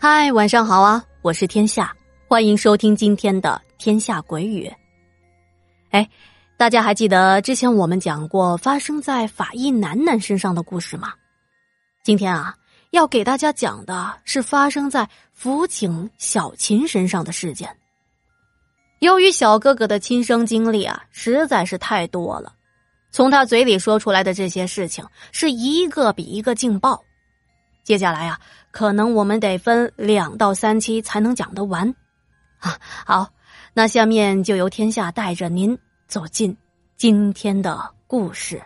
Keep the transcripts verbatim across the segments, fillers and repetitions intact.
嗨，晚上好啊，我是天下，欢迎收听今天的天下鬼语。哎，大家还记得之前我们讲过发生在法医楠楠身上的故事吗？今天啊，要给大家讲的是发生在辅警小秦身上的事件。由于小哥哥的亲身经历啊，实在是太多了，从他嘴里说出来的这些事情是一个比一个劲爆。接下来啊，可能我们得分两到三期才能讲得完啊。好，那下面就由天下带着您走进今天的故事。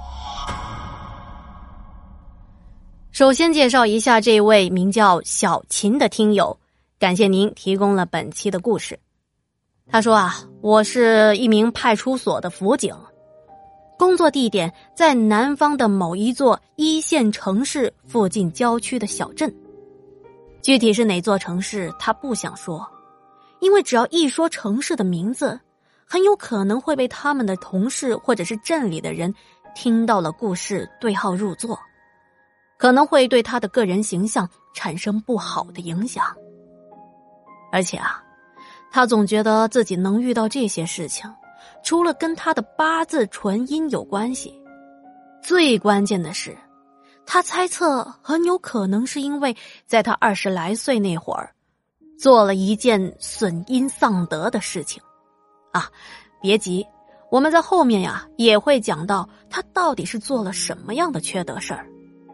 首先介绍一下这位名叫小秦的听友，感谢您提供了本期的故事。他说啊，我是一名派出所的辅警，工作地点在南方的某一座一线城市附近郊区的小镇，具体是哪座城市他不想说，因为只要一说城市的名字，很有可能会被他们的同事或者是镇里的人听到了故事对号入座，可能会对他的个人形象产生不好的影响。而且啊，他总觉得自己能遇到这些事情，除了跟他的八字纯阴有关系，最关键的是，他猜测很有可能是因为在他二十来岁那会儿，做了一件损阴丧德的事情。啊，别急，我们在后面呀也会讲到他到底是做了什么样的缺德事儿。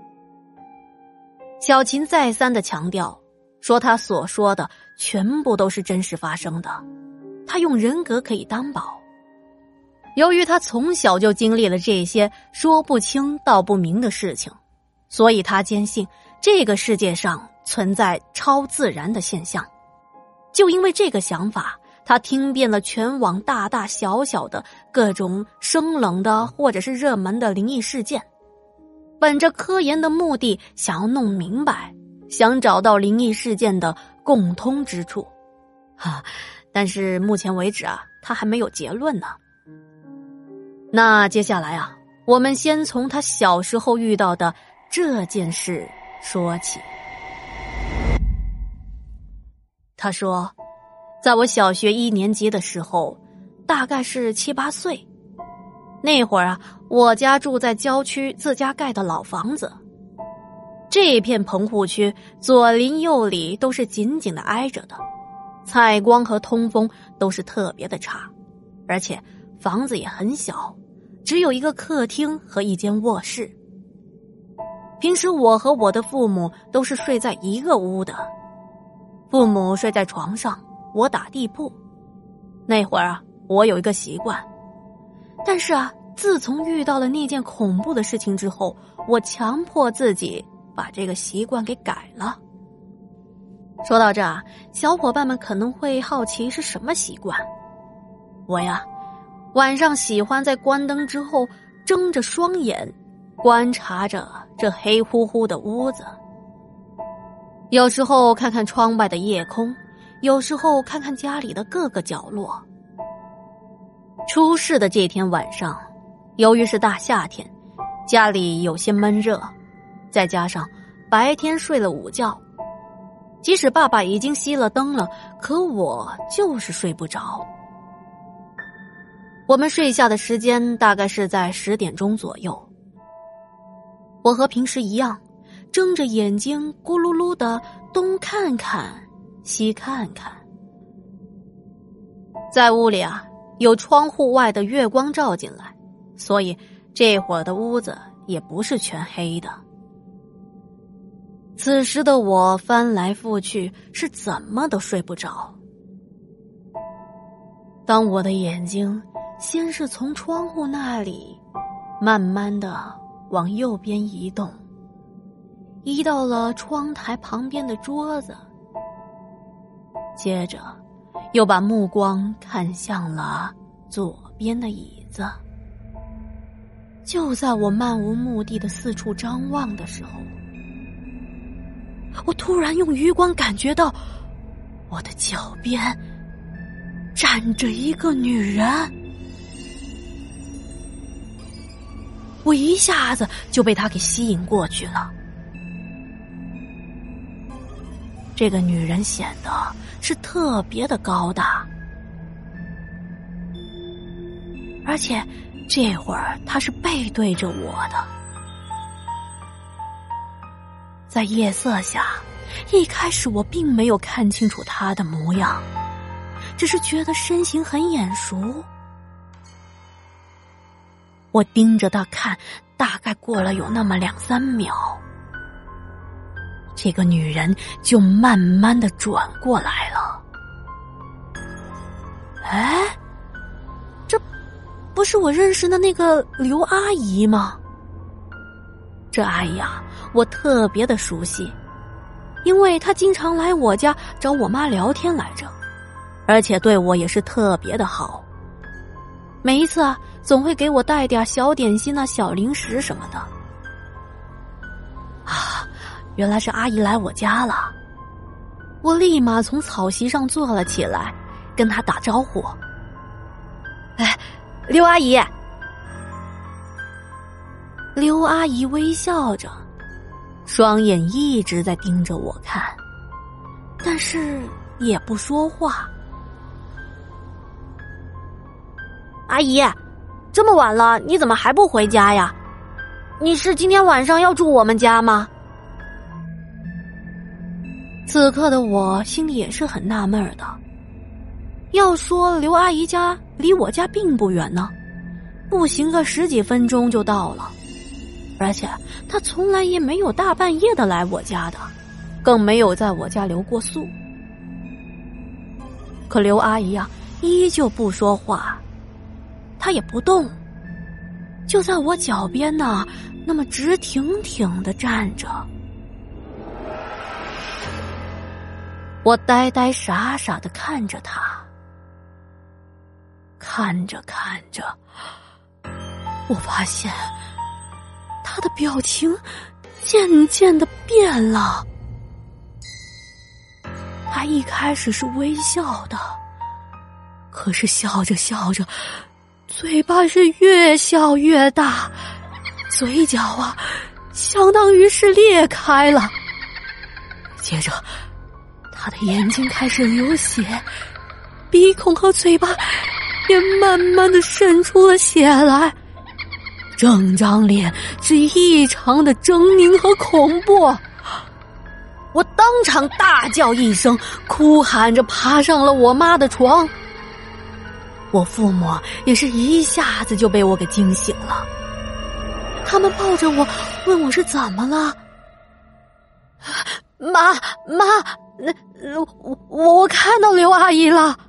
小秦再三的强调，说他所说的全部都是真实发生的，他用人格可以担保。由于他从小就经历了这些说不清道不明的事情，所以他坚信这个世界上存在超自然的现象。就因为这个想法，他听遍了全网大大小小的各种生冷的或者是热门的灵异事件，本着科研的目的，想要弄明白，想找到灵异事件的共通之处。哈，但是目前为止啊，他还没有结论呢。那接下来啊，我们先从他小时候遇到的这件事说起。他说，在我小学一年级的时候，大概是七八岁，那会儿啊，我家住在郊区自家盖的老房子，这片棚户区左邻右里都是紧紧的挨着的，采光和通风都是特别的差，而且房子也很小，只有一个客厅和一间卧室。平时我和我的父母都是睡在一个屋的，父母睡在床上，我打地铺。那会儿啊，我有一个习惯，但是啊，自从遇到了那件恐怖的事情之后，我强迫自己把这个习惯给改了。说到这儿，小伙伴们可能会好奇是什么习惯。我呀，晚上喜欢在关灯之后睁着双眼观察着这黑乎乎的屋子，有时候看看窗外的夜空，有时候看看家里的各个角落。出事的这天晚上，由于是大夏天，家里有些闷热，再加上白天睡了午觉，即使爸爸已经熄了灯了，可我就是睡不着。我们睡下的时间大概是在十点钟左右，我和平时一样，睁着眼睛咕噜噜的东看看西看看。在屋里啊，有窗户外的月光照进来，所以这会儿的屋子也不是全黑的。此时的我翻来覆去，是怎么都睡不着。当我的眼睛先是从窗户那里慢慢的往右边移动，移到了窗台旁边的桌子，接着又把目光看向了左边的椅子。就在我漫无目的的四处张望的时候，我突然用余光感觉到我的脚边站着一个女人。我一下子就被她给吸引过去了。 这个女人显得是特别的高大，而且这会儿她是背对着我的。在夜色下，一开始我并没有看清楚她的模样，只是觉得身形很眼熟。我盯着她看，大概过了有那么两三秒，这个女人就慢慢的转过来了。哎，这不是我认识的那个刘阿姨吗？这阿姨啊，我特别的熟悉，因为她经常来我家找我妈聊天来着，而且对我也是特别的好。每一次啊，总会给我带点小点心啊、小零食什么的。啊，原来是阿姨来我家了。我立马从草席上坐了起来，跟她打招呼。哎，刘阿姨。刘阿姨微笑着，双眼一直在盯着我看，但是也不说话。阿姨，这么晚了，你怎么还不回家呀？你是今天晚上要住我们家吗？此刻的我心里也是很纳闷的。要说刘阿姨家离我家并不远呢，步行个十几分钟就到了，而且她从来也没有大半夜的来我家的，更没有在我家留过宿。可刘阿姨啊，依旧不说话，她也不动，就在我脚边呢，那么直挺挺的站着。我呆呆傻傻的看着她，看着看着，我发现她的表情渐渐的变了。她一开始是微笑的，可是笑着笑着，嘴巴是越笑越大，嘴角啊，相当于是裂开了。接着他的眼睛开始流血，鼻孔和嘴巴也慢慢的渗出了血来，整张脸是异常的狰狞和恐怖。我当场大叫一声，哭喊着爬上了我妈的床。我父母也是一下子就被我给惊醒了，他们抱着我问我是怎么了。妈妈，那我我看到刘阿姨了。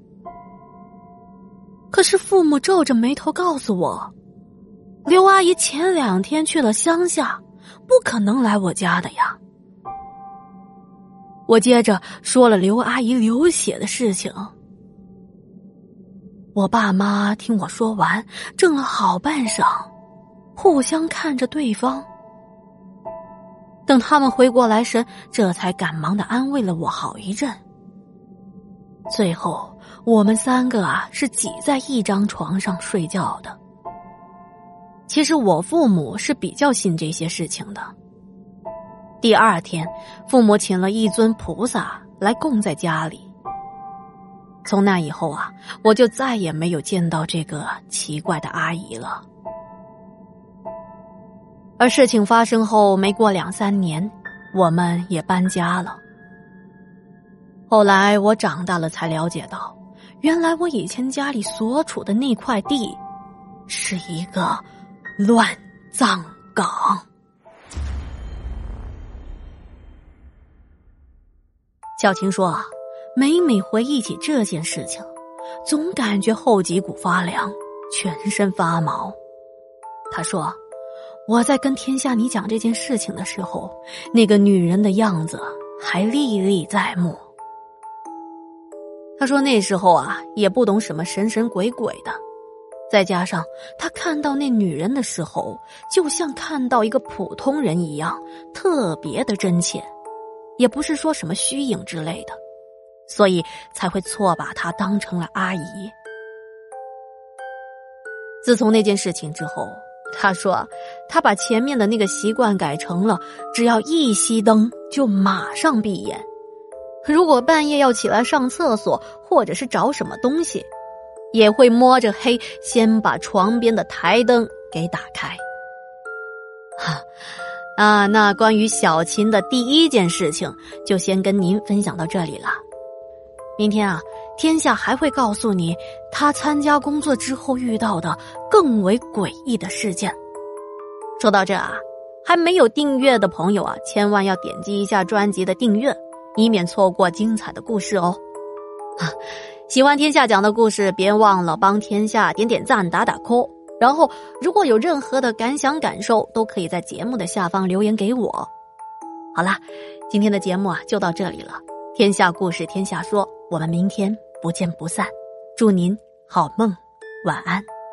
可是父母皱着眉头告诉我，刘阿姨前两天去了乡下，不可能来我家的呀。我接着说了刘阿姨流血的事情。我爸妈听我说完，怔了好半晌，互相看着对方。等他们回过来神，这才赶忙的安慰了我好一阵。最后我们三个啊是挤在一张床上睡觉的。其实我父母是比较信这些事情的。第二天，父母请了一尊菩萨来供在家里。从那以后啊，我就再也没有见到这个奇怪的阿姨了。而事情发生后没过两三年，我们也搬家了。后来我长大了才了解到，原来我以前家里所处的那块地是一个乱葬岗。小晴说啊，每每回忆起这件事情，总感觉后脊骨发凉，全身发毛。她说，我在跟天下你讲这件事情的时候，那个女人的样子还历历在目。她说那时候啊，也不懂什么神神鬼鬼的，再加上她看到那女人的时候，就像看到一个普通人一样，特别的真切，也不是说什么虚影之类的，所以才会错把她当成了阿姨。自从那件事情之后，她说她把前面的那个习惯改成了只要一熄灯就马上闭眼， 如果半夜要起来上厕所，或者是找什么东西，也会摸着黑先把床边的台灯给打开。哈啊，那关于小琴的第一件事情就先跟您分享到这里了。明天啊，天下还会告诉你他参加工作之后遇到的更为诡异的事件。说到这啊，还没有订阅的朋友啊，千万要点击一下专辑的订阅，以免错过精彩的故事哦。啊，喜欢天下讲的故事，别忘了帮天下点点赞打打 call， 然后如果有任何的感想感受，都可以在节目的下方留言给我。好啦，今天的节目啊就到这里了，天下故事天下说，我们明天不见不散，祝您好梦晚安。